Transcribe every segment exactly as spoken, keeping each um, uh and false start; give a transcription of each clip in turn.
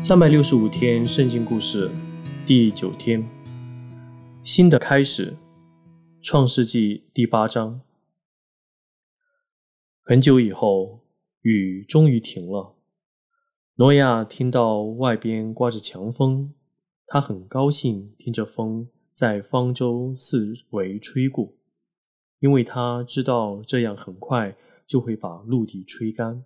三百六十五天圣经故事第九天，新的开始，创世纪第八章。很久以后，雨终于停了。挪亚听到外边刮着强风，他很高兴听着风在方舟四围吹过，因为他知道这样很快就会把陆地吹干。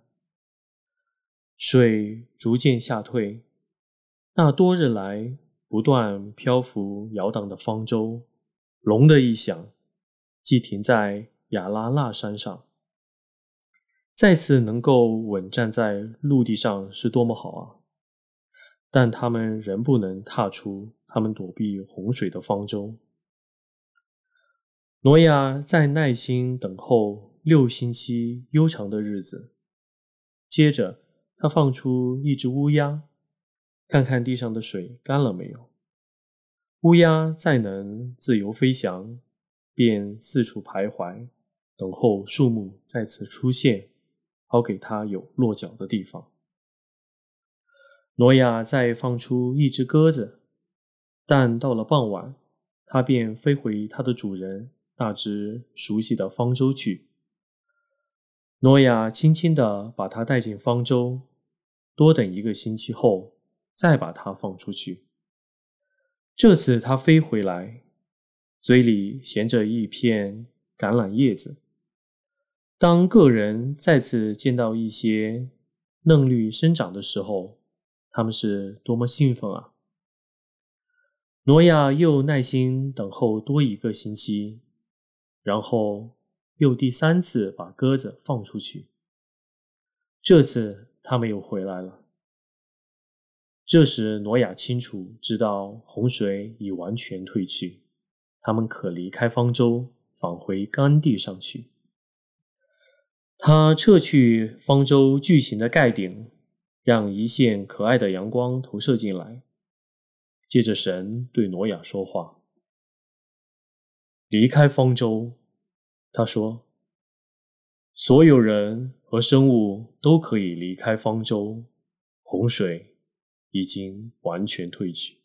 水逐渐下退，那多日来不断漂浮摇荡的方舟，隆的一响，即停在亚拉腊山上。再次能够稳站在陆地上是多么好啊！但他们仍不能踏出他们躲避洪水的方舟。挪亚在耐心等候六星期悠长的日子，接着他放出一只乌鸦，看看地上的水干了没有。乌鸦再能自由飞翔，便四处徘徊，等候树木再次出现，好给它有落脚的地方。挪亚再放出一只鸽子，但到了傍晚，它便飞回它的主人那只熟悉的方舟去。挪亚轻轻地把它带进方舟，多等一个星期后，再把它放出去。这次它飞回来，嘴里衔着一片橄榄叶子。当个人再次见到一些嫩绿生长的时候，他们是多么兴奋啊！挪亚又耐心等候多一个星期，然后又第三次把鸽子放出去。这次他们又回来了。这时挪亚清楚知道洪水已完全退去，他们可离开方舟，返回干地上去。他撤去方舟巨型的盖顶，让一线可爱的阳光投射进来。接着神对挪亚说话：离开方舟，他说，所有人和生物都可以离开方舟，洪水已经完全退去。